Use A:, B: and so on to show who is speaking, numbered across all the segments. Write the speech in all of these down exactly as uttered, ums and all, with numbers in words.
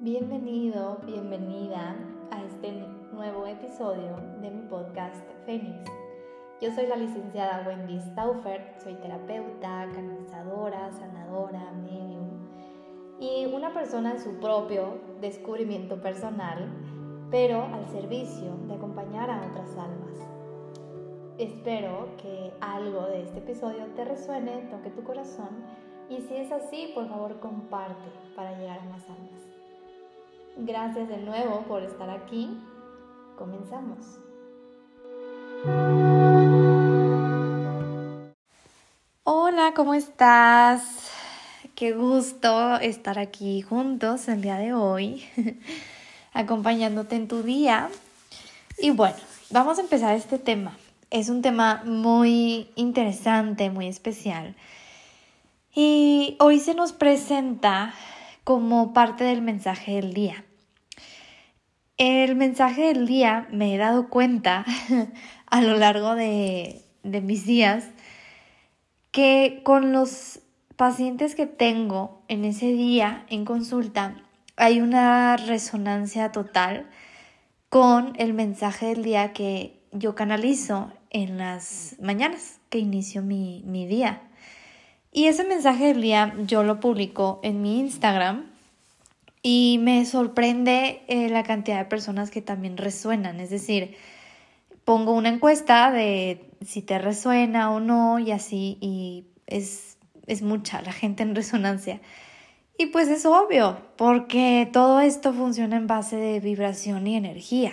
A: Bienvenido, bienvenida a este nuevo episodio de mi podcast Fénix. Yo soy la licenciada Wendy Stauffer, soy terapeuta, canalizadora, sanadora, medium y una persona en su propio descubrimiento personal, pero al servicio de acompañar a otras almas. Espero que algo de este episodio te resuene, toque tu corazón y si es así, por favor comparte para llegar a más almas. Gracias de nuevo por estar aquí. Comenzamos. Hola, ¿cómo estás? Qué gusto estar aquí juntos el día de hoy, acompañándote en tu día. Y bueno, vamos a empezar este tema. Es un tema muy interesante, muy especial. Y hoy se nos presenta como parte del mensaje del día. El mensaje del día me he dado cuenta a lo largo de, de mis días que con los pacientes que tengo en ese día en consulta hay una resonancia total con el mensaje del día que yo canalizo en las mañanas que inicio mi, mi día. Y ese mensaje del día yo lo publico en mi Instagram. Y me sorprende eh, la cantidad de personas que también resuenan. Es decir, pongo una encuesta de si te resuena o no y así. Y es, es mucha la gente en resonancia. Y pues es obvio, porque todo esto funciona en base de vibración y energía.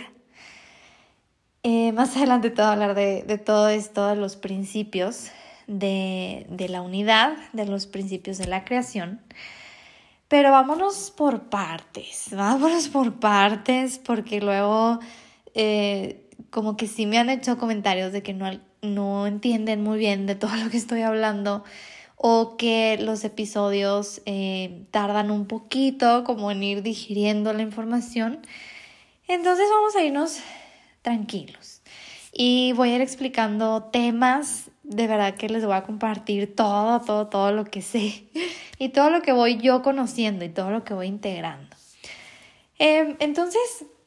A: Eh, más adelante te voy a hablar de, de todo esto, de los principios de, de la unidad, de los principios de la creación. Pero vámonos por partes, vámonos por partes, porque luego eh, como que sí me han hecho comentarios de que no, no entienden muy bien de todo lo que estoy hablando o que los episodios eh, tardan un poquito como en ir digiriendo la información. Entonces vamos a irnos tranquilos y voy a ir explicando temas. De verdad que les voy a compartir todo, todo, todo lo que sé y todo lo que voy yo conociendo y todo lo que voy integrando. Eh, entonces,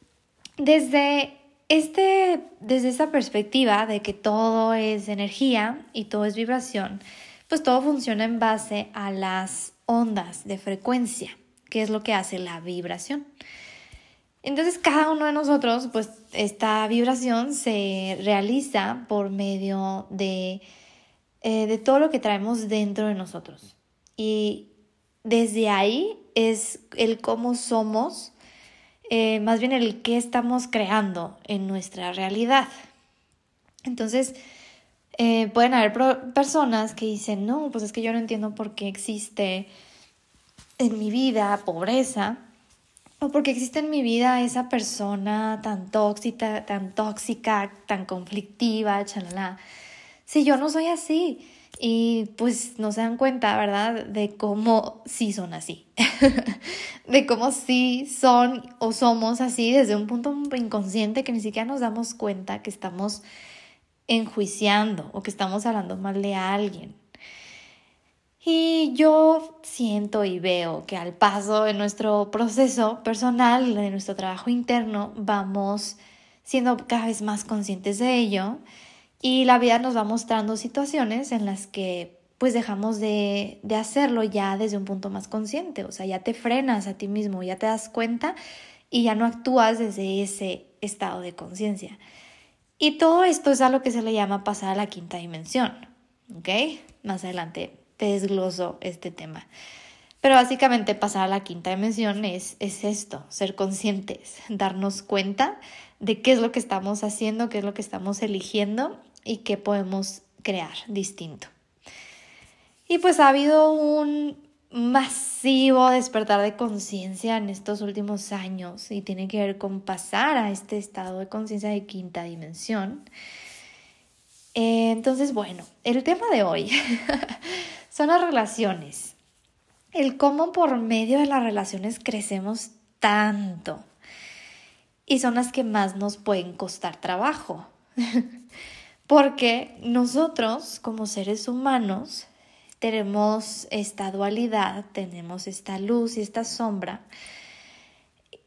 A: desde, este, desde esta perspectiva de que todo es energía y todo es vibración, pues todo funciona en base a las ondas de frecuencia, que es lo que hace la vibración. Entonces, cada uno de nosotros, pues esta vibración se realiza por medio de, eh, de todo lo que traemos dentro de nosotros. Y desde ahí es el cómo somos, eh, más bien el qué estamos creando en nuestra realidad. Entonces, eh, pueden haber pro- personas que dicen, no, pues es que yo no entiendo por qué existe en mi vida pobreza. O porque existe en mi vida esa persona tan tóxica, tan tóxica, tan conflictiva, chalala. Si yo no soy así. Y pues no se dan cuenta, ¿verdad? De cómo sí son así. De cómo sí son o somos así desde un punto inconsciente que ni siquiera nos damos cuenta que estamos enjuiciando o que estamos hablando mal de alguien. Y yo siento y veo que al paso de nuestro proceso personal, de nuestro trabajo interno, vamos siendo cada vez más conscientes de ello y la vida nos va mostrando situaciones en las que pues dejamos de, de hacerlo ya desde un punto más consciente. O sea, ya te frenas a ti mismo, ya te das cuenta y ya no actúas desde ese estado de conciencia. Y todo esto es a lo que se le llama pasar a la quinta dimensión, ¿ok? Más adelante te desgloso este tema. Pero básicamente pasar a la quinta dimensión es, es esto, ser conscientes, darnos cuenta de qué es lo que estamos haciendo, qué es lo que estamos eligiendo y qué podemos crear distinto. Y pues ha habido un masivo despertar de conciencia en estos últimos años y tiene que ver con pasar a este estado de conciencia de quinta dimensión. Eh, entonces, bueno, el tema de hoy son las relaciones. El cómo por medio de las relaciones crecemos tanto. Y son las que más nos pueden costar trabajo. Porque nosotros, como seres humanos, tenemos esta dualidad, tenemos esta luz y esta sombra.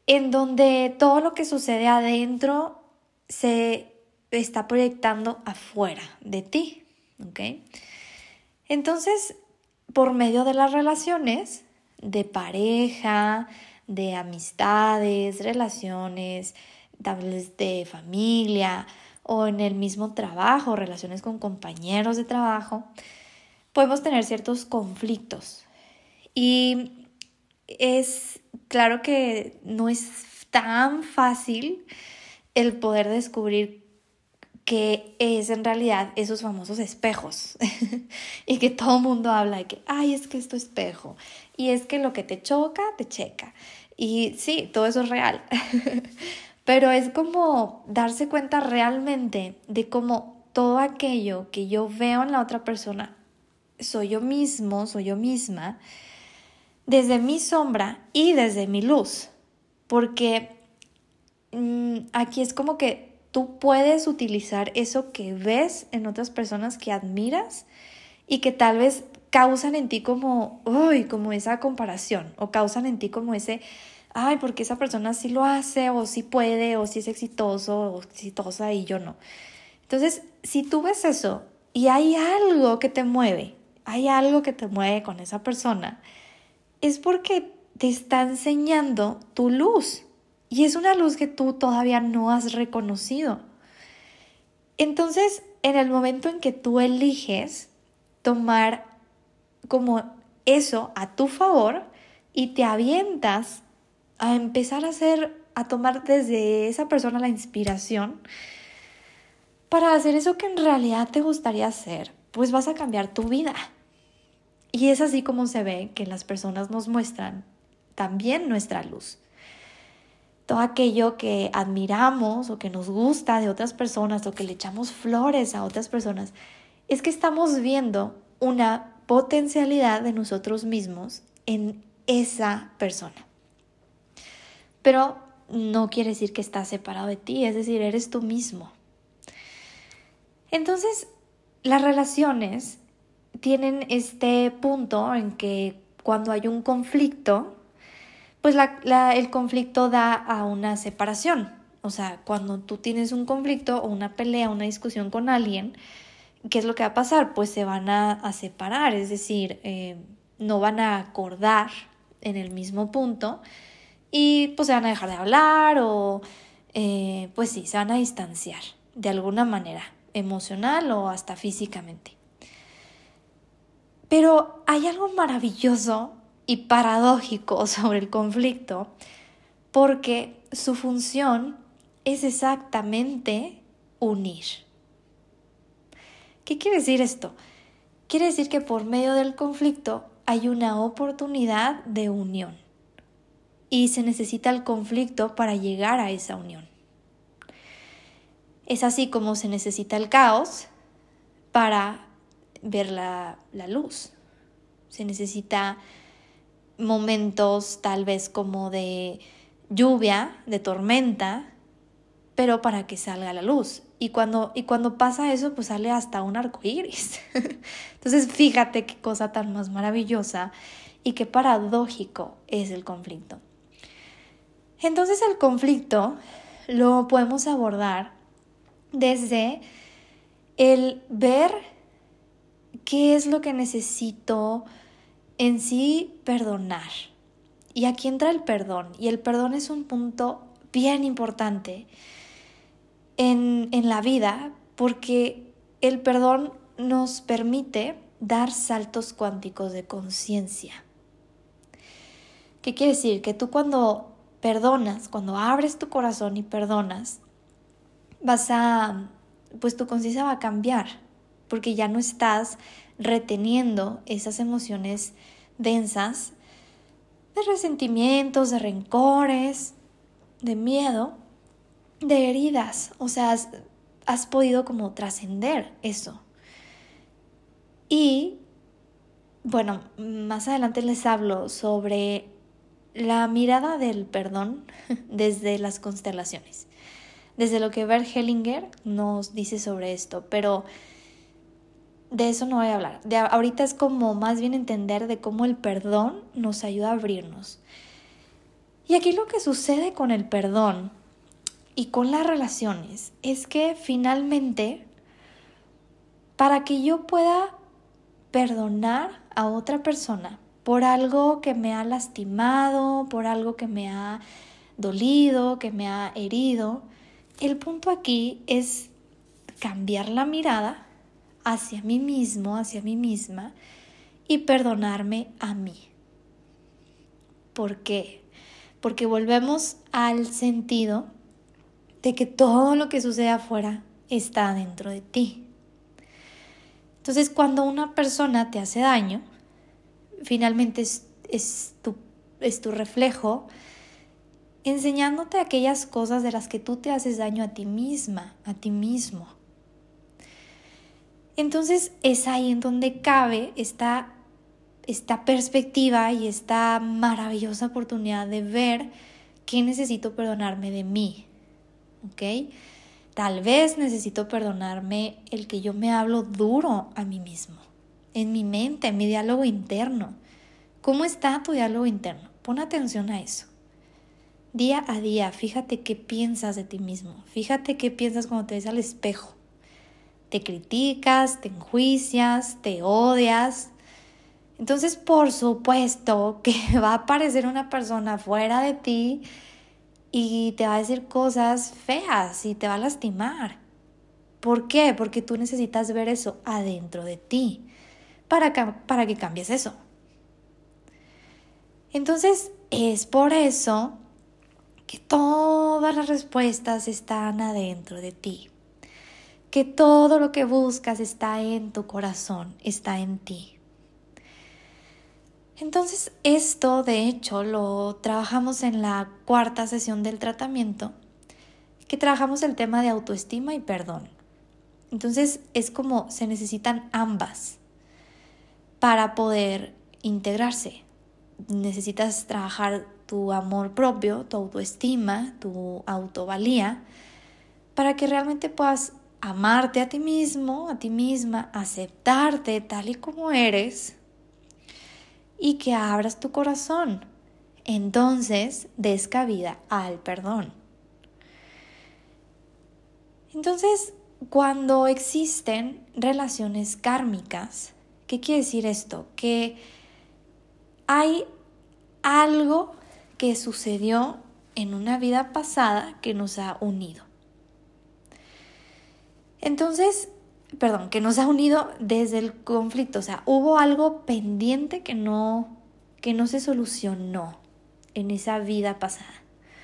A: en donde todo lo que sucede adentro se está proyectando afuera de ti, ¿ok? Entonces, por medio de las relaciones de pareja, de amistades, relaciones, tal vez de familia o en el mismo trabajo, relaciones con compañeros de trabajo, podemos tener ciertos conflictos. Y es claro que no es tan fácil el poder descubrir qué es en realidad esos famosos espejos y que todo el mundo habla de que, ay, es que es tu espejo y es que lo que te choca, te checa. Y sí, todo eso es real, pero es como darse cuenta realmente de cómo todo aquello que yo veo en la otra persona soy yo mismo, soy yo misma, desde mi sombra y desde mi luz, porque mmm, aquí es como que tú puedes utilizar eso que ves en otras personas que admiras y que tal vez causan en ti como, uy, como esa comparación, o causan en ti como ese, ay, porque esa persona sí lo hace, o sí puede, o sí es exitoso, o exitosa y yo no. Entonces, si tú ves eso y hay algo que te mueve, hay algo que te mueve con esa persona, es porque te está enseñando tu luz. Y es una luz que tú todavía no has reconocido. Entonces, en el momento en que tú eliges tomar como eso a tu favor y te avientas a empezar a hacer, a tomar desde esa persona la inspiración para hacer eso que en realidad te gustaría hacer, pues vas a cambiar tu vida. Y es así como se ve que las personas nos muestran también nuestra luz. Todo aquello que admiramos o que nos gusta de otras personas o que le echamos flores a otras personas, es que estamos viendo una potencialidad de nosotros mismos en esa persona. Pero no quiere decir que estás separado de ti, es decir, eres tú mismo. Entonces, las relaciones tienen este punto en que cuando hay un conflicto, pues la, la, el conflicto da a una separación. O sea, cuando tú tienes un conflicto o una pelea, una discusión con alguien, ¿qué es lo que va a pasar? Pues se van a, a separar, es decir, eh, no van a acordar en el mismo punto y pues se van a dejar de hablar o eh, pues sí, se van a distanciar de alguna manera, emocional o hasta físicamente. Pero hay algo maravilloso y paradójico sobre el conflicto porque su función es exactamente unir. ¿Qué quiere decir esto? Quiere decir que por medio del conflicto hay una oportunidad de unión y se necesita el conflicto para llegar a esa unión. Es así como se necesita el caos para ver la, la luz. Se necesita momentos tal vez como de lluvia, de tormenta, pero para que salga la luz. Y cuando, y cuando pasa eso, pues sale hasta un arco iris. Entonces, fíjate qué cosa tan más maravillosa y qué paradójico es el conflicto. Entonces, el conflicto lo podemos abordar desde el ver qué es lo que necesito en sí perdonar. Y aquí entra el perdón. Y el perdón es un punto bien importante en, en la vida porque el perdón nos permite dar saltos cuánticos de conciencia. ¿Qué quiere decir? Que tú cuando perdonas, cuando abres tu corazón y perdonas, vas a, pues tu conciencia va a cambiar porque ya no estás reteniendo esas emociones densas de resentimientos, de rencores, de miedo, de heridas. O sea, has, has podido como trascender eso. Y, bueno, más adelante les hablo sobre la mirada del perdón desde las constelaciones. Desde lo que Bert Hellinger nos dice sobre esto, pero de eso no voy a hablar. De ahorita es como más bien entender de cómo el perdón nos ayuda a abrirnos. Y aquí lo que sucede con el perdón y con las relaciones es que finalmente, para que yo pueda perdonar a otra persona por algo que me ha lastimado, por algo que me ha dolido, que me ha herido, el punto aquí es cambiar la mirada hacia mí mismo, hacia mí misma y perdonarme a mí. ¿Por qué? Porque volvemos al sentido de que todo lo que sucede afuera está dentro de ti. Entonces, cuando una persona te hace daño, finalmente es, es, tu, es tu reflejo enseñándote aquellas cosas de las que tú te haces daño a ti misma, a ti mismo. Entonces, es ahí en donde cabe esta, esta perspectiva y esta maravillosa oportunidad de ver qué necesito perdonarme de mí. ¿Ok? Tal vez necesito perdonarme el que yo me hablo duro a mí mismo, en mi mente, en mi diálogo interno. ¿Cómo está tu diálogo interno? Pon atención a eso. Día a día, fíjate qué piensas de ti mismo. Fíjate qué piensas cuando te ves al espejo. Te criticas, te enjuicias, te odias. Entonces, por supuesto que va a aparecer una persona fuera de ti y te va a decir cosas feas y te va a lastimar. ¿Por qué? Porque tú necesitas ver eso adentro de ti para, para que cambies eso. Entonces, es por eso que todas las respuestas están adentro de ti. Que todo lo que buscas está en tu corazón, está en ti. Entonces, esto de hecho lo trabajamos en la cuarta sesión del tratamiento, que trabajamos el tema de autoestima y perdón. Entonces, es como se necesitan ambas para poder integrarse. Necesitas trabajar tu amor propio, tu autoestima, tu autovalía, para que realmente puedas amarte a ti mismo, a ti misma, aceptarte tal y como eres, y que abras tu corazón. Entonces, des cabida al perdón. Entonces, cuando existen relaciones kármicas, ¿qué quiere decir esto? Que hay algo que sucedió en una vida pasada que nos ha unido. Entonces, perdón, que nos ha unido desde el conflicto, o sea, hubo algo pendiente que no, que no se solucionó en esa vida pasada.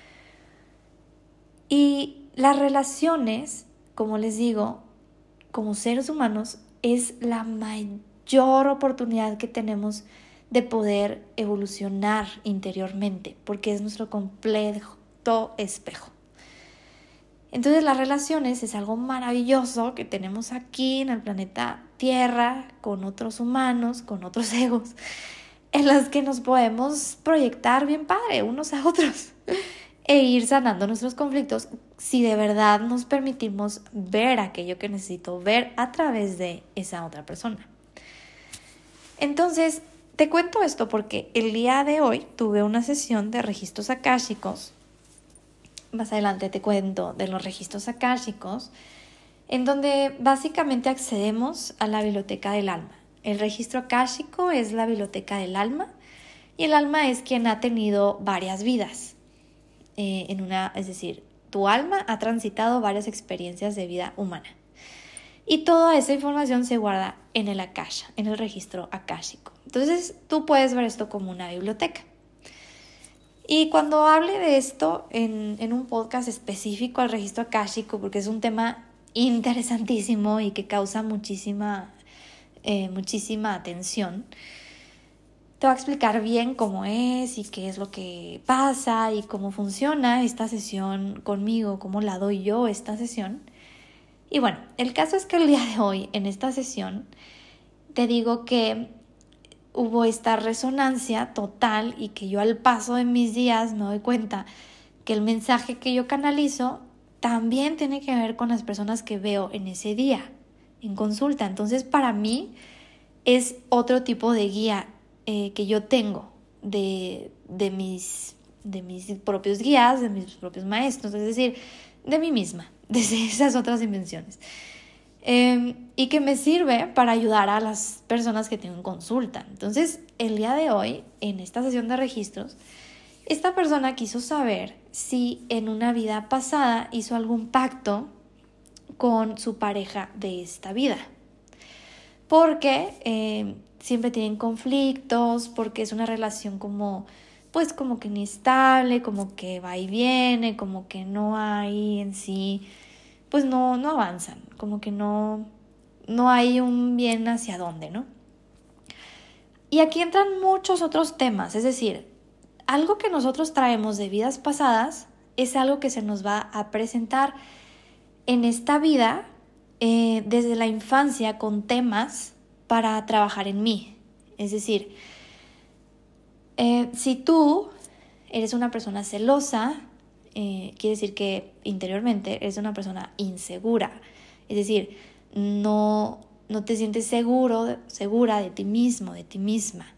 A: Y las relaciones, como les digo, como seres humanos, es la mayor oportunidad que tenemos de poder evolucionar interiormente, porque es nuestro completo espejo. Entonces las relaciones es algo maravilloso que tenemos aquí en el planeta Tierra, con otros humanos, con otros egos, en las que nos podemos proyectar bien padre unos a otros e ir sanando nuestros conflictos si de verdad nos permitimos ver aquello que necesito ver a través de esa otra persona. Entonces, te cuento esto porque el día de hoy tuve una sesión de registros akáshicos. Más adelante te cuento de los registros akáshicos, en donde básicamente accedemos a la biblioteca del alma. El registro akáshico es la biblioteca del alma y el alma es quien ha tenido varias vidas. Eh, en una, es decir, tu alma ha transitado varias experiencias de vida humana. Y toda esa información se guarda en el akasha, en el registro akáshico. Entonces tú puedes ver esto como una biblioteca. Y cuando hable de esto en, en un podcast específico al registro akáshico, porque es un tema interesantísimo y que causa muchísima, eh, muchísima atención, te voy a explicar bien cómo es y qué es lo que pasa y cómo funciona esta sesión conmigo, cómo la doy yo esta sesión. Y bueno, el caso es que el día de hoy, en esta sesión, te digo que hubo esta resonancia total y que yo al paso de mis días me doy cuenta que el mensaje que yo canalizo también tiene que ver con las personas que veo en ese día, en consulta. Entonces, para mí es otro tipo de guía eh, que yo tengo de, de, mis, de mis propios guías, de mis propios maestros, es decir, de mí misma, desde esas otras dimensiones. Eh, y que me sirve para ayudar a las personas que tengo en consulta. Entonces, el día de hoy, en esta sesión de registros, esta persona quiso saber si en una vida pasada hizo algún pacto con su pareja de esta vida. Porque eh, siempre tienen conflictos, porque es una relación como, pues como que inestable, como que va y viene, como que no hay en sí, pues no, no avanzan, como que no, no hay un bien hacia dónde, ¿no? Y aquí entran muchos otros temas, es decir, algo que nosotros traemos de vidas pasadas es algo que se nos va a presentar en esta vida eh, desde la infancia con temas para trabajar en mí. Es decir, eh, si tú eres una persona celosa, eh, quiere decir que interiormente eres una persona insegura. Es decir, no, no te sientes seguro, segura de ti mismo, de ti misma.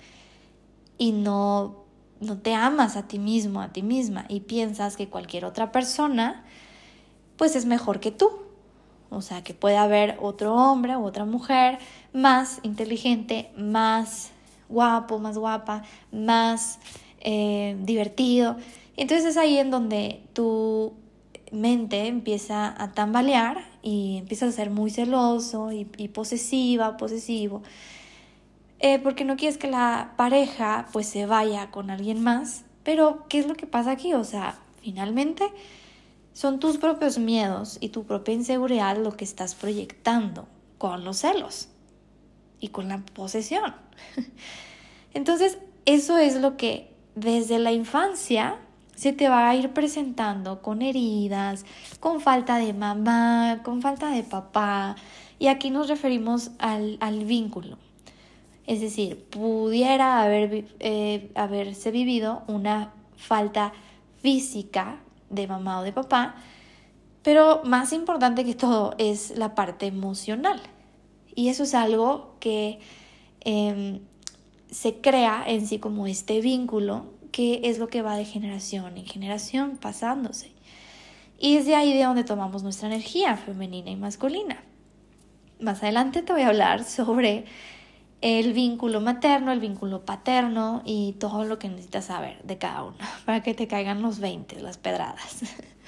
A: Y no, no te amas a ti mismo, a ti misma. Y piensas que cualquier otra persona, pues es mejor que tú. O sea, que puede haber otro hombre u otra mujer más inteligente, más guapo, más guapa, más eh, divertido. Entonces es ahí en donde tu mente empieza a tambalear y empiezas a ser muy celoso y, y posesiva, posesivo. Eh, porque no quieres que la pareja pues se vaya con alguien más. Pero, ¿qué es lo que pasa aquí? O sea, finalmente son tus propios miedos y tu propia inseguridad lo que estás proyectando con los celos y con la posesión. Entonces, eso es lo que desde la infancia se te va a ir presentando con heridas, con falta de mamá, con falta de papá. Y aquí nos referimos al, al vínculo. Es decir, pudiera haber, eh, haberse vivido una falta física de mamá o de papá, pero más importante que todo es la parte emocional. Y eso es algo que eh, se crea en sí como este vínculo, que es lo que va de generación en generación pasándose. Y es de ahí de donde tomamos nuestra energía femenina y masculina. Más adelante te voy a hablar sobre el vínculo materno, el vínculo paterno y todo lo que necesitas saber de cada uno para que te caigan los veinte, las pedradas.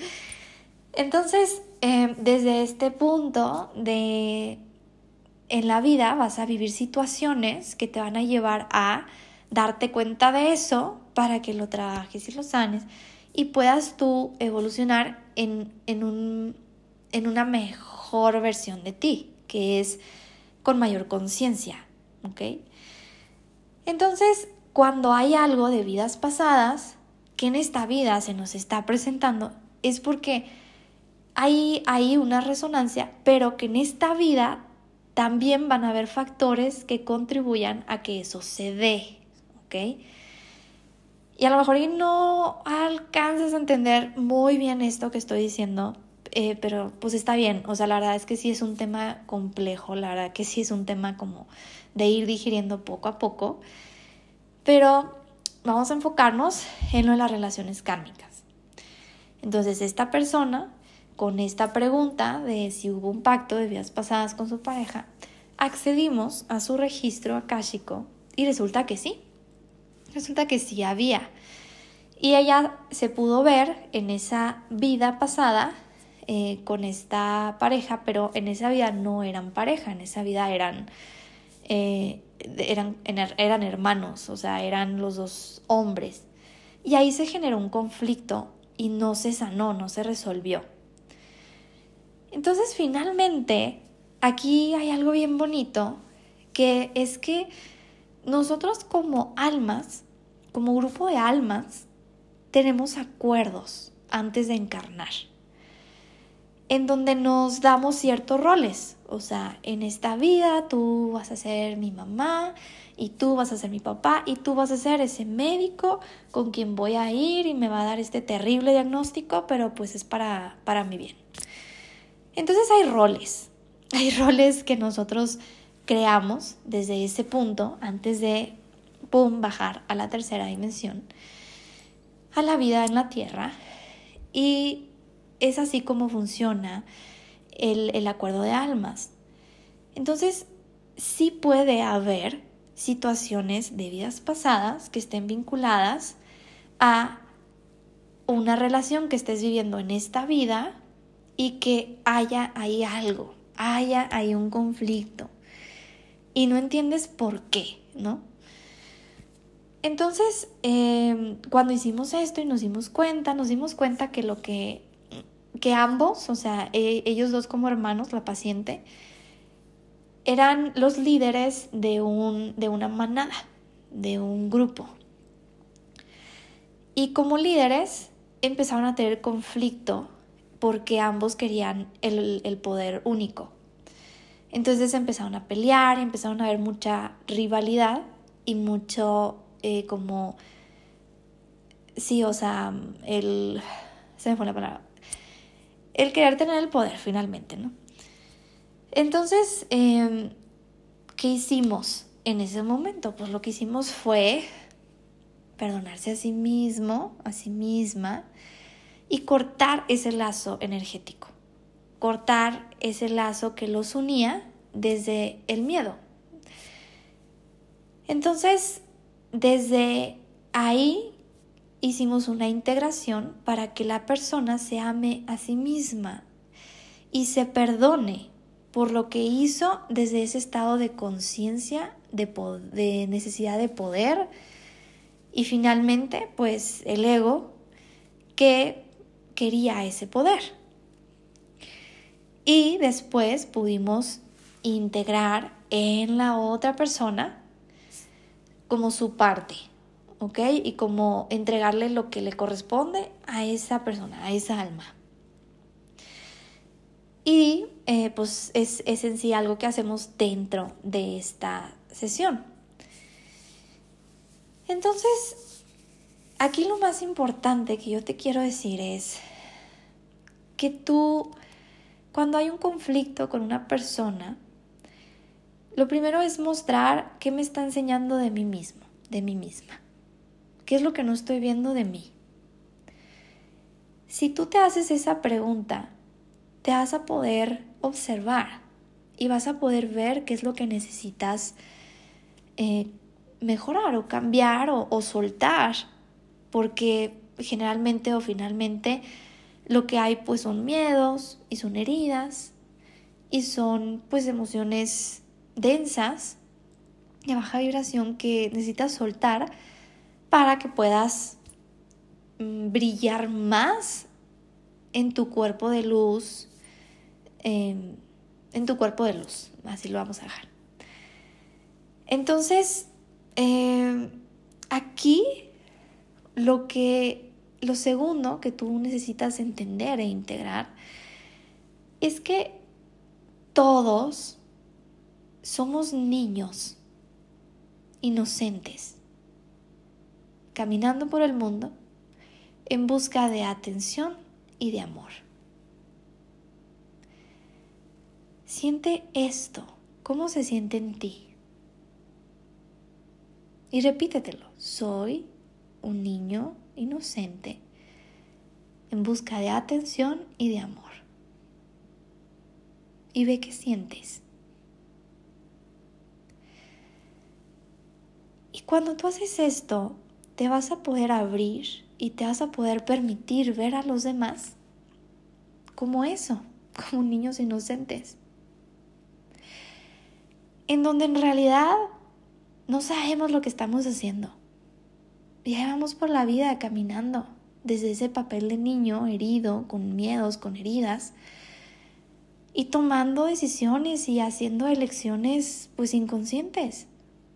A: Entonces, eh, desde este punto de en la vida vas a vivir situaciones que te van a llevar a darte cuenta de eso para que lo trabajes y lo sanes y puedas tú evolucionar en, en, un, en una mejor versión de ti, que es con mayor conciencia. ¿Okay? Entonces, cuando hay algo de vidas pasadas que en esta vida se nos está presentando, es porque hay, hay una resonancia, pero que en esta vida también van a haber factores que contribuyan a que eso se dé. ¿Okay? Y a lo mejor no alcanzas a entender muy bien esto que estoy diciendo, eh, pero pues está bien. O sea, la verdad es que sí es un tema complejo, la verdad que sí es un tema como de ir digiriendo poco a poco, pero vamos a enfocarnos en lo de las relaciones kármicas. Entonces, esta persona, con esta pregunta de si hubo un pacto de vidas pasadas con su pareja, accedimos a su registro akáshico y resulta que sí, resulta que sí había. Y ella se pudo ver en esa vida pasada eh, con esta pareja, pero en esa vida no eran pareja, en esa vida eran... Eh, eran, eran hermanos, o sea, eran los dos hombres. Y ahí se generó un conflicto y no se sanó, no se resolvió. Entonces, finalmente, aquí hay algo bien bonito, que es que nosotros como almas, como grupo de almas, tenemos acuerdos antes de encarnar, en donde nos damos ciertos roles. O sea, en esta vida tú vas a ser mi mamá y tú vas a ser mi papá y tú vas a ser ese médico con quien voy a ir y me va a dar este terrible diagnóstico, pero pues es para, para mi bien. Entonces hay roles, hay roles que nosotros creamos desde ese punto antes de, pum, bajar a la tercera dimensión. a la vida en la tierra, y es así como funciona el, el acuerdo de almas. Entonces, sí puede haber situaciones de vidas pasadas que estén vinculadas a una relación que estés viviendo en esta vida y que haya ahí algo, haya ahí un conflicto y no entiendes por qué, ¿no? Entonces, eh, cuando hicimos esto y nos dimos cuenta, nos dimos cuenta que lo que, que ambos, o sea, eh, ellos dos como hermanos, la paciente, eran los líderes de, un, de una manada, de un grupo. Y como líderes empezaron a tener conflicto porque ambos querían el, el poder único. Entonces empezaron a pelear, empezaron a haber mucha rivalidad y mucho eh, como... Sí, o sea, el... Se me fue la palabra. El querer tener el poder finalmente, ¿no? Entonces, eh, ¿qué hicimos en ese momento? Pues lo que hicimos fue perdonarse a sí mismo, a sí misma, y cortar ese lazo energético. Cortar ese lazo que los unía desde el miedo. Entonces, desde ahí hicimos una integración para que la persona se ame a sí misma y se perdone por lo que hizo desde ese estado de conciencia, de, de necesidad de poder, y finalmente, pues, el ego que quería ese poder. Y después pudimos integrar en la otra persona como su parte, ¿ok? Y como entregarle lo que le corresponde a esa persona, a esa alma. Y eh, pues es, es en sí algo que hacemos dentro de esta sesión. Entonces, aquí lo más importante que yo te quiero decir es que tú, cuando hay un conflicto con una persona, lo primero es mostrar qué me está enseñando de mí mismo, de mí misma. ¿Qué es lo que no estoy viendo de mí? Si tú te haces esa pregunta, te vas a poder observar y vas a poder ver qué es lo que necesitas eh, mejorar o cambiar o, o soltar, porque generalmente o finalmente lo que hay pues son miedos y son heridas y son pues emociones densas de baja vibración que necesitas soltar para que puedas mm, brillar más en tu cuerpo de luz, eh, en tu cuerpo de luz, así lo vamos a dejar. Entonces, eh, aquí lo que, lo segundo que tú necesitas entender e integrar es que todos somos niños inocentes, caminando por el mundo en busca de atención y de amor. Siente esto, ¿cómo se siente en ti? Y repítetelo, soy un niño inocente en busca de atención y de amor. Y ve qué sientes. Y cuando tú haces esto, te vas a poder abrir y te vas a poder permitir ver a los demás como eso, como niños inocentes. En donde en realidad no sabemos lo que estamos haciendo. Y ahí vamos por la vida caminando desde ese papel de niño herido, con miedos, con heridas, y tomando decisiones y haciendo elecciones pues inconscientes.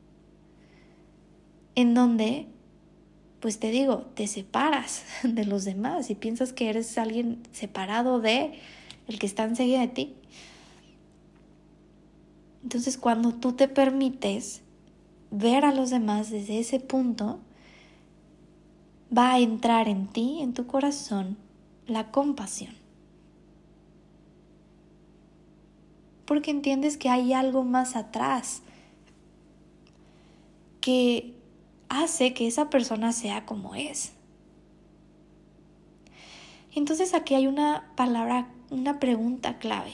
A: En donde, pues te digo, te separas de los demás y piensas que eres alguien separado de el que está enseguida de ti. Entonces, cuando tú te permites ver a los demás desde ese punto, va a entrar en ti, en tu corazón, la compasión. Porque entiendes que hay algo más atrás que hace que esa persona sea como es. Entonces aquí hay una palabra, una pregunta clave.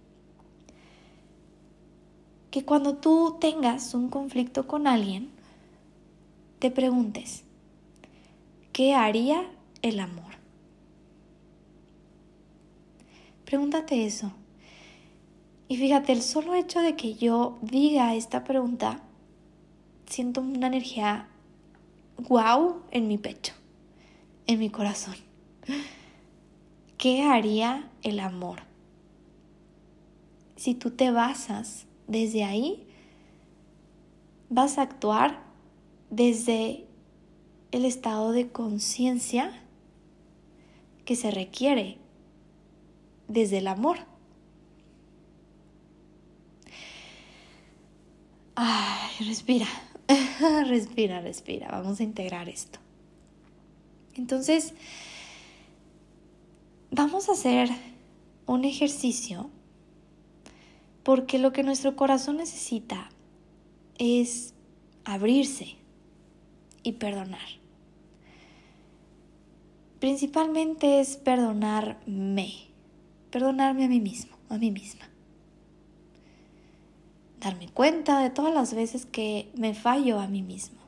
A: Que cuando tú tengas un conflicto con alguien, te preguntes, ¿qué haría el amor? Pregúntate eso. Y fíjate, el solo hecho de que yo diga esta pregunta, siento una energía guau en mi pecho, en mi corazón. ¿Qué haría el amor? Si tú te basas desde ahí, vas a actuar desde el estado de conciencia que se requiere desde el amor. Ay, respira, respira, respira. Vamos a integrar esto. Entonces, vamos a hacer un ejercicio porque lo que nuestro corazón necesita es abrirse y perdonar. Principalmente es perdonarme, perdonarme a mí mismo, a mí misma. Darme cuenta de todas las veces que me fallo a mí mismo.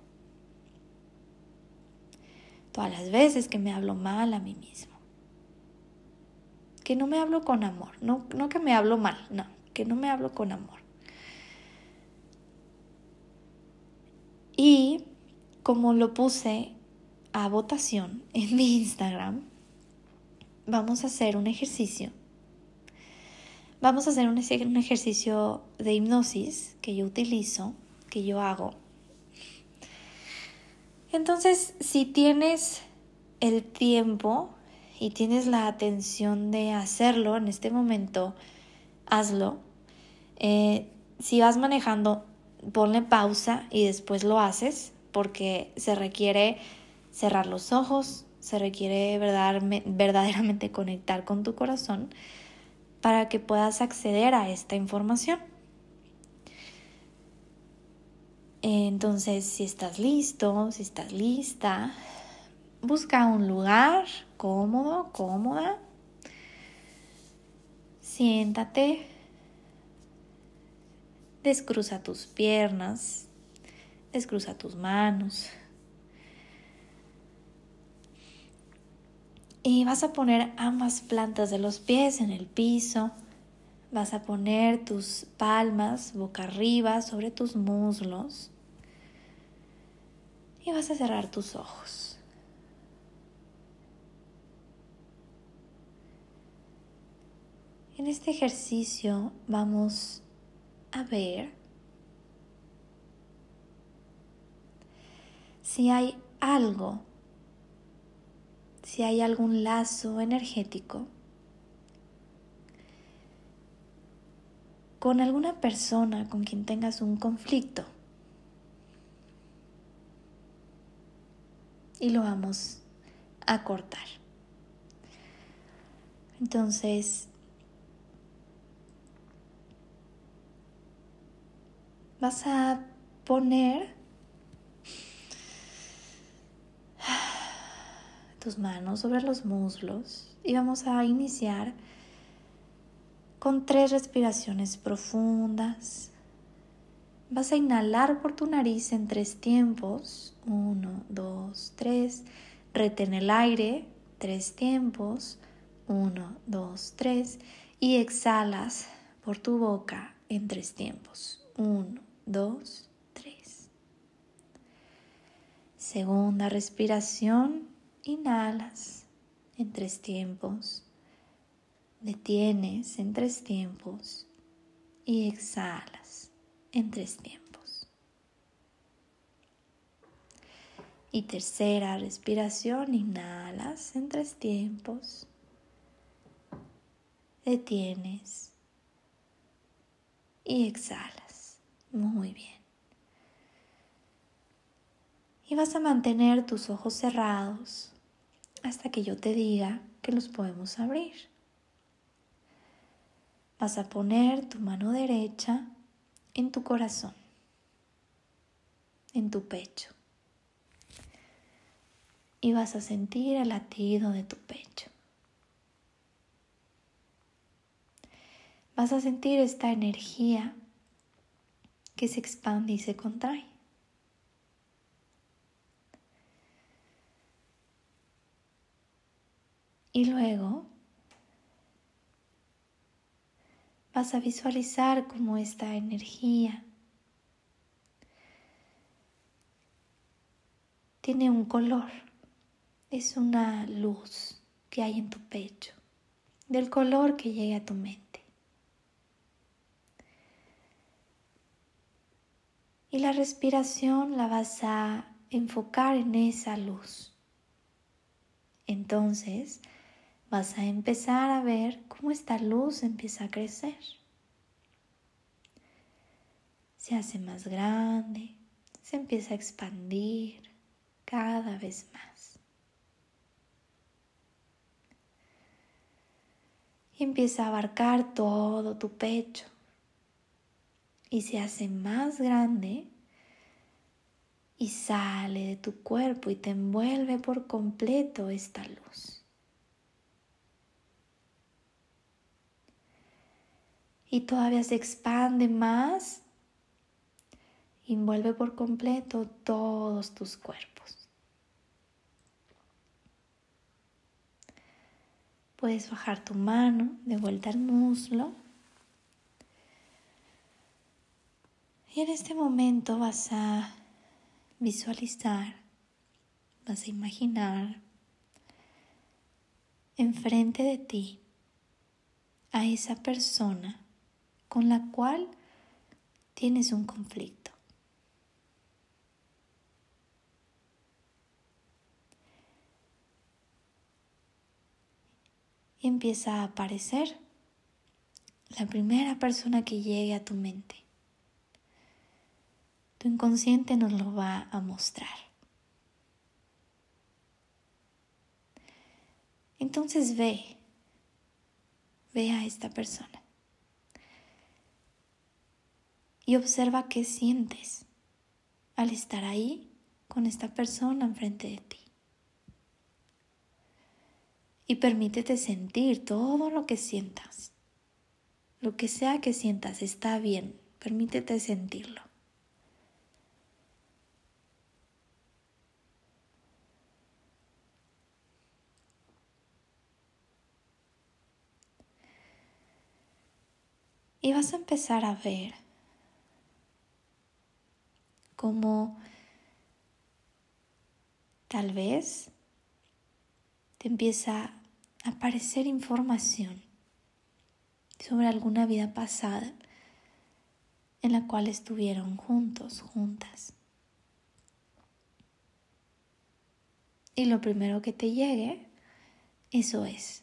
A: Todas las veces que me hablo mal a mí mismo. Que no me hablo con amor, no, no que me hablo mal, no, que no me hablo con amor. Y como lo puse a votación en mi Instagram, vamos a hacer un ejercicio. Vamos a hacer un, un ejercicio de hipnosis que yo utilizo, que yo hago. Entonces, si tienes el tiempo y tienes la atención de hacerlo en este momento, hazlo. Eh, si vas manejando, ponle pausa y después lo haces, porque se requiere cerrar los ojos, se requiere verdaderamente conectar con tu corazón para que puedas acceder a esta información. Entonces, si estás listo, si estás lista, busca un lugar cómodo, cómoda. Siéntate, descruza tus piernas, descruza tus manos. Y vas a poner ambas plantas de los pies en el piso. Vas a poner tus palmas boca arriba sobre tus muslos. Y vas a cerrar tus ojos. En este ejercicio vamos a ver si hay algo, si hay algún lazo energético con alguna persona con quien tengas un conflicto. Y lo vamos a cortar. Entonces, vas a poner tus manos sobre los muslos y vamos a iniciar con tres respiraciones profundas. Vas a inhalar por tu nariz en tres tiempos. Uno, dos, tres. Retén el aire. Tres tiempos. Uno, dos, tres. Y exhalas por tu boca en tres tiempos. Uno, dos, tres. Segunda respiración. Inhalas en tres tiempos. Detienes en tres tiempos. Y exhalas en tres tiempos. Y tercera respiración, inhalas en tres tiempos, detienes y exhalas. Muy bien. Y vas a mantener tus ojos cerrados hasta que yo te diga que los podemos abrir. Vas a poner tu mano derecha en tu corazón, en tu pecho. Y vas a sentir el latido de tu pecho. vas a sentir esta energía que se expande y se contrae. Y luego vas a visualizar cómo esta energía tiene un color. Es una luz que hay en tu pecho, del color que llegue a tu mente. Y la respiración la vas a enfocar en esa luz. Entonces vas a empezar a ver cómo esta luz empieza a crecer. Se hace más grande, se empieza a expandir cada vez más. Y empieza a abarcar todo tu pecho. Y se hace más grande y sale de tu cuerpo y te envuelve por completo esta luz. Y todavía se expande más, envuelve por completo todos tus cuerpos. Puedes bajar tu mano de vuelta al muslo. Y en este momento vas a visualizar, vas a imaginar enfrente de ti a esa persona con la cual tienes un conflicto. Y empieza a aparecer la primera persona que llegue a tu mente. Tu inconsciente nos lo va a mostrar. Entonces ve, ve a esta persona y observa qué sientes al estar ahí con esta persona enfrente de ti. Y permítete sentir todo lo que sientas. Lo que sea que sientas está bien, permítete sentirlo. Y vas a empezar a ver cómo tal vez te empieza a aparecer información sobre alguna vida pasada en la cual estuvieron juntos, juntas. Y lo primero que te llegue, eso es.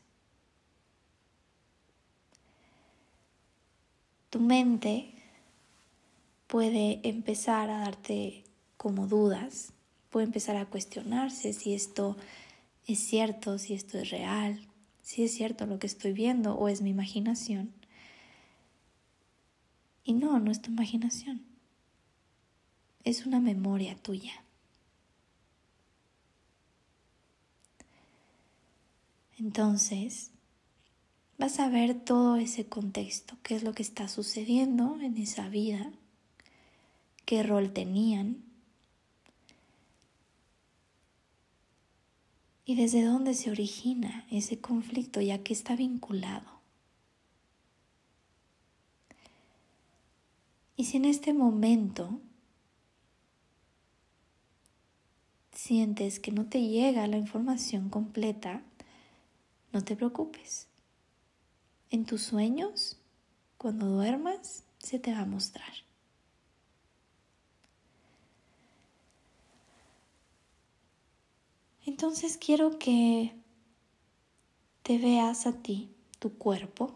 A: Tu mente puede empezar a darte como dudas, puede empezar a cuestionarse si esto es cierto, si esto es real, si es cierto lo que estoy viendo o es mi imaginación. Y no, no es tu imaginación, es una memoria tuya. Entonces, vas a ver todo ese contexto, qué es lo que está sucediendo en esa vida, qué rol tenían y desde dónde se origina ese conflicto y a qué está vinculado. Y si en este momento sientes que no te llega la información completa, no te preocupes. En tus sueños, cuando duermas, se te va a mostrar. Entonces quiero que te veas a ti, tu cuerpo,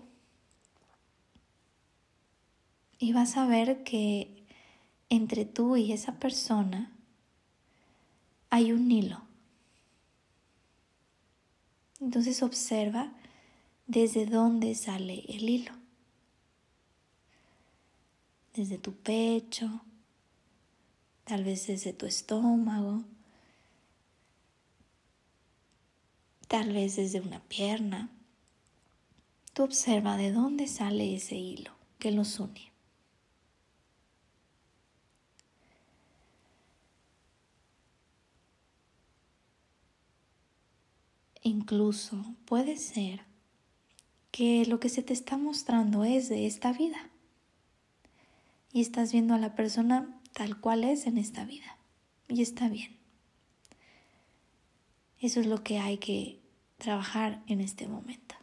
A: y vas a ver que entre tú y esa persona hay un hilo. Entonces observa desde dónde sale el hilo. Desde tu pecho, tal vez desde tu estómago, tal vez desde una pierna, Tú observa de dónde sale ese hilo que los une. Incluso puede ser que lo que se te está mostrando es de esta vida y estás viendo a la persona tal cual es en esta vida y está bien. Eso es lo que hay que trabajar en este momento.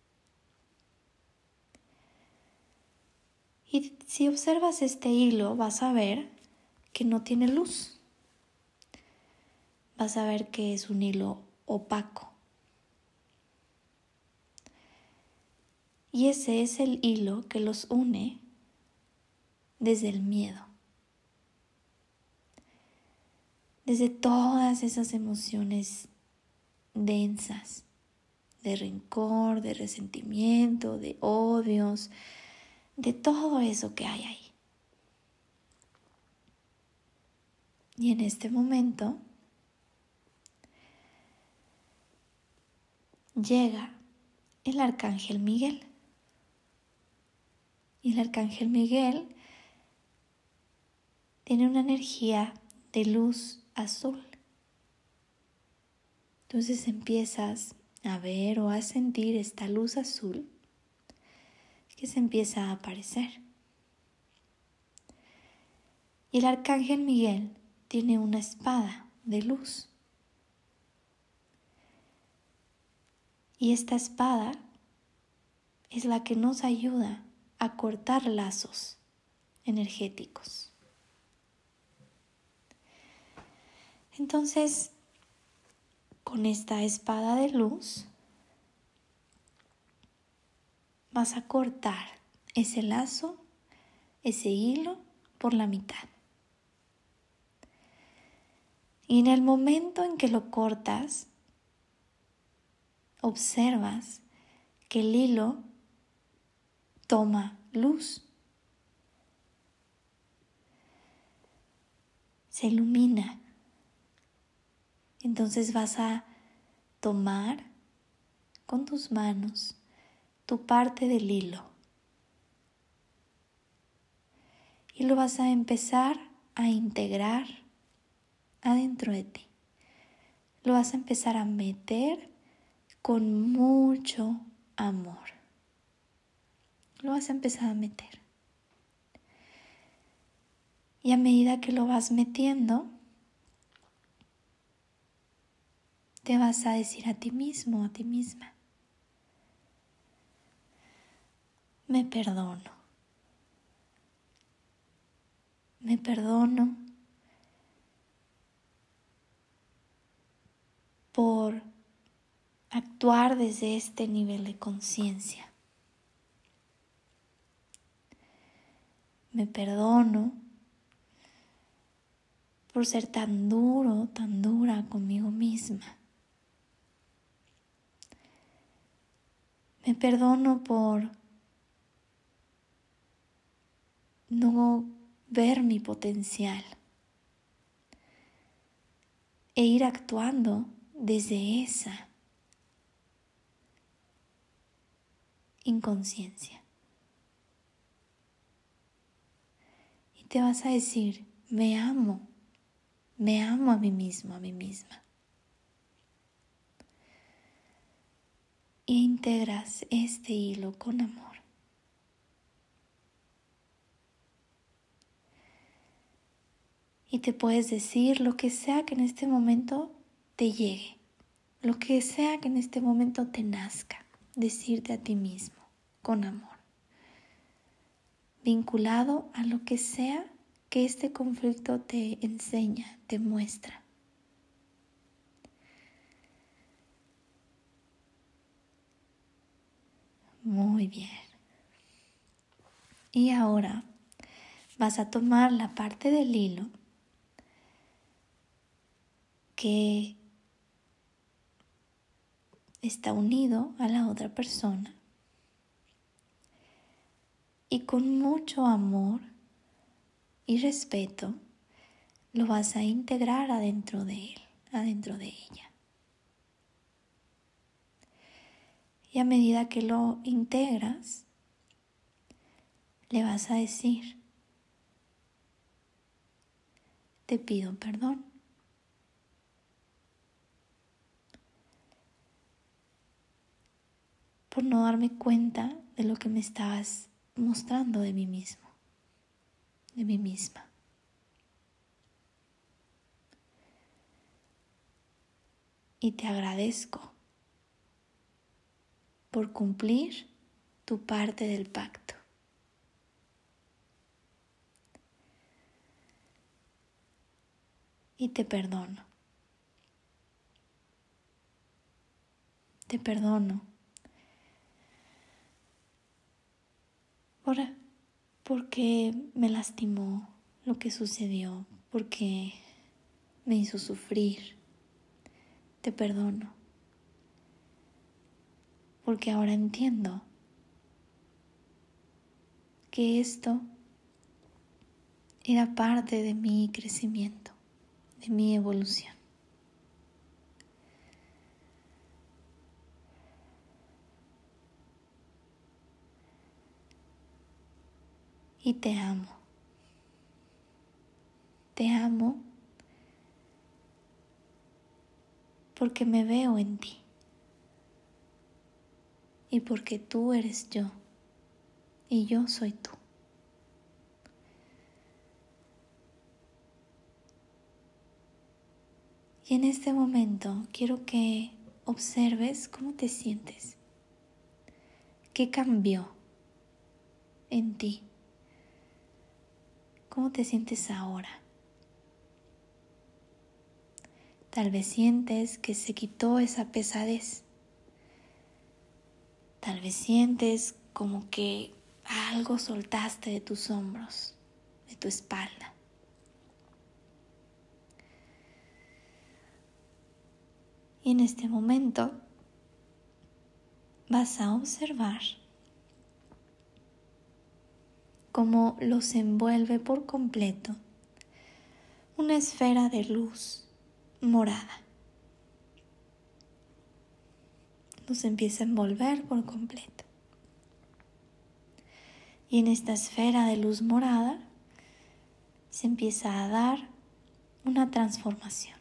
A: Y si observas este hilo, vas a ver que no tiene luz. Vas a ver que es un hilo opaco. Y ese es el hilo que los une desde el miedo. Desde todas esas emociones densas, de rencor, de resentimiento, de odios, de todo eso que hay ahí. Y en este momento llega el Arcángel Miguel. Y el Arcángel Miguel tiene una energía de luz azul. Entonces empiezas a ver o a sentir esta luz azul que se empieza a aparecer. Y el Arcángel Miguel tiene una espada de luz. Y esta espada es la que nos ayuda a cortar lazos energéticos. Entonces, con esta espada de luz, vas a cortar ese lazo, ese hilo por la mitad. Y en el momento en que lo cortas, observas que el hilo toma luz. Se ilumina. Entonces vas a tomar con tus manos tu parte del hilo y lo vas a empezar a integrar adentro de ti. Lo vas a empezar a meter con mucho amor. Lo vas a empezar a meter. Y a medida que lo vas metiendo, te vas a decir a ti mismo, a ti misma: me perdono. Me perdono por actuar desde este nivel de conciencia. Me perdono por ser tan duro, tan dura conmigo misma. Me perdono por no ver mi potencial e ir actuando desde esa inconsciencia. Y te vas a decir: me amo, me amo a mí mismo, a mí misma. E integras este hilo con amor. Y te puedes decir lo que sea que en este momento te llegue, lo que sea que en este momento te nazca, decirte a ti mismo con amor, vinculado a lo que sea que este conflicto te enseña, te muestra. Muy bien. Y ahora vas a tomar la parte del hilo que está unido a la otra persona y con mucho amor y respeto lo vas a integrar adentro de él, adentro de ella. Y a medida que lo integras, le vas a decir, te pido perdón. Por no darme cuenta de lo que me estabas mostrando de mí mismo, de mí misma. Y te agradezco por cumplir tu parte del pacto. Y te perdono. Te perdono por, porque me lastimó lo que sucedió, porque me hizo sufrir. Te perdono porque ahora entiendo que esto era parte de mi crecimiento, de mi evolución. Y te amo. Te amo porque me veo en ti y porque tú eres yo y yo soy tú. Y en este momento quiero que observes cómo te sientes, qué cambió en ti, cómo te sientes ahora. Tal vez sientes que se quitó esa pesadez. Tal vez sientes como que algo soltaste de tus hombros, de tu espalda. Y en este momento vas a observar cómo los envuelve por completo una esfera de luz morada. Los empieza a envolver por completo. Y en esta esfera de luz morada se empieza a dar una transformación,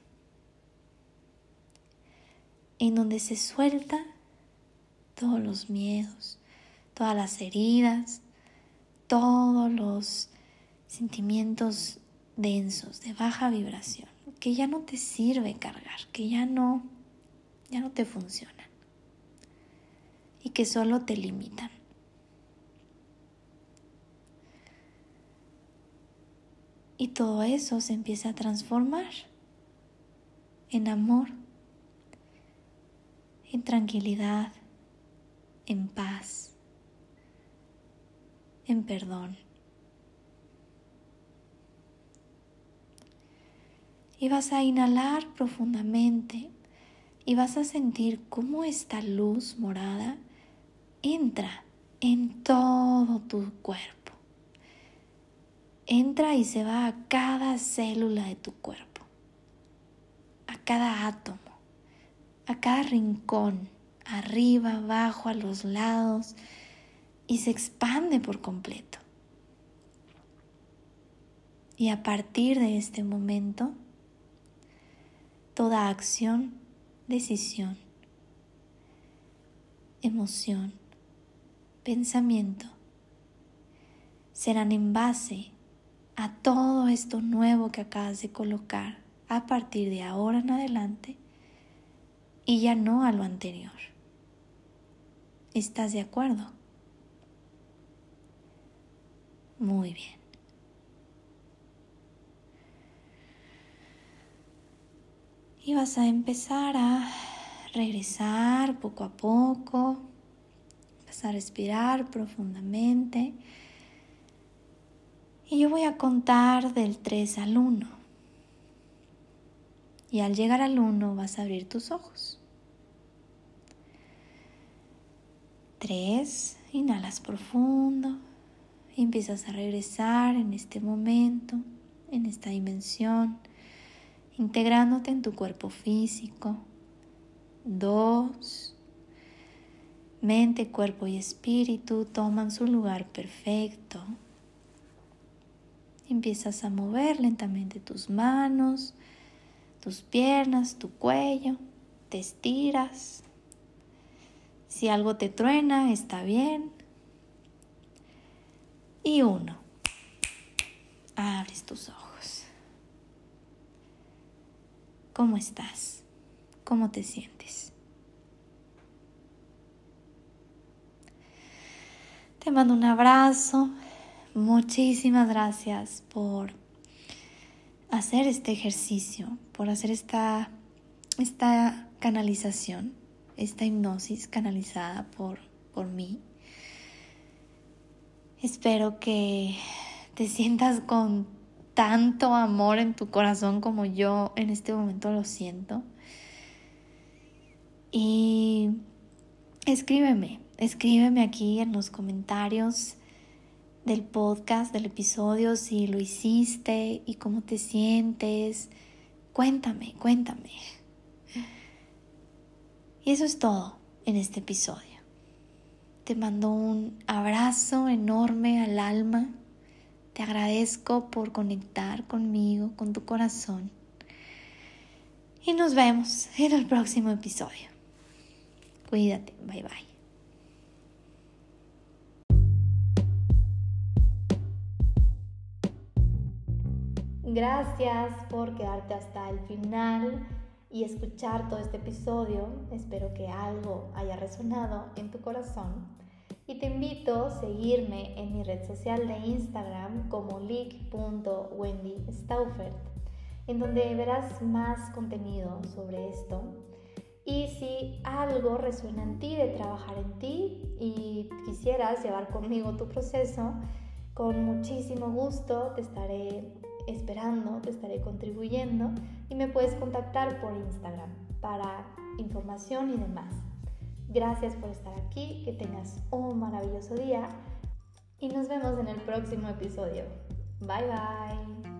A: en donde se suelta todos los miedos, todas las heridas, todos los sentimientos densos, de baja vibración, que ya no te sirve cargar, que ya no, ya no te funcionan y que solo te limitan. Y todo eso se empieza a transformar en amor, en tranquilidad, en paz, en perdón. Y vas a inhalar profundamente y vas a sentir cómo esta luz morada entra en todo tu cuerpo. Entra y se va a cada célula de tu cuerpo, a cada átomo, a cada rincón, arriba, abajo, a los lados, y se expande por completo. Y a partir de este momento, toda acción, decisión, emoción, pensamiento serán en base a todo esto nuevo que acabas de colocar a partir de ahora en adelante y ya no a lo anterior. ¿Estás de acuerdo? Muy bien. Y vas a empezar a regresar poco a poco. Vas a respirar profundamente. Y yo voy a contar del tres al uno. Y al llegar al uno vas a abrir tus ojos. tres, inhalas profundo. Y empiezas a regresar en este momento, en esta dimensión, integrándote en tu cuerpo físico. dos. Mente, cuerpo y espíritu toman su lugar perfecto. Empiezas a mover lentamente tus manos, tus piernas, tu cuello. Te estiras. Si algo te truena, está bien. Y uno. Abres tus ojos. ¿Cómo estás? ¿Cómo te sientes? Te mando un abrazo. Muchísimas gracias por hacer este ejercicio, por hacer esta, esta canalización, esta hipnosis canalizada por, por mí. Espero que te sientas con tanto amor en tu corazón como yo en este momento lo siento. Y escríbeme, escríbeme aquí en los comentarios del podcast, del episodio, si lo hiciste y cómo te sientes. Cuéntame, cuéntame. Y eso es todo en este episodio. Te mando un abrazo enorme al alma. Te agradezco por conectar conmigo, con tu corazón. Y nos vemos en el próximo episodio. Cuídate. Bye bye. Gracias por quedarte hasta el final y escuchar todo este episodio. Espero que algo haya resonado en tu corazón. Y te invito a seguirme en mi red social de Instagram como lic punto wendy staufert, en donde verás más contenido sobre esto. Y si algo resuena en ti de trabajar en ti y quisieras llevar conmigo tu proceso, con muchísimo gusto te estaré esperando, te estaré contribuyendo y me puedes contactar por Instagram para información y demás. Gracias por estar aquí, que tengas un maravilloso día y nos vemos en el próximo episodio. Bye bye.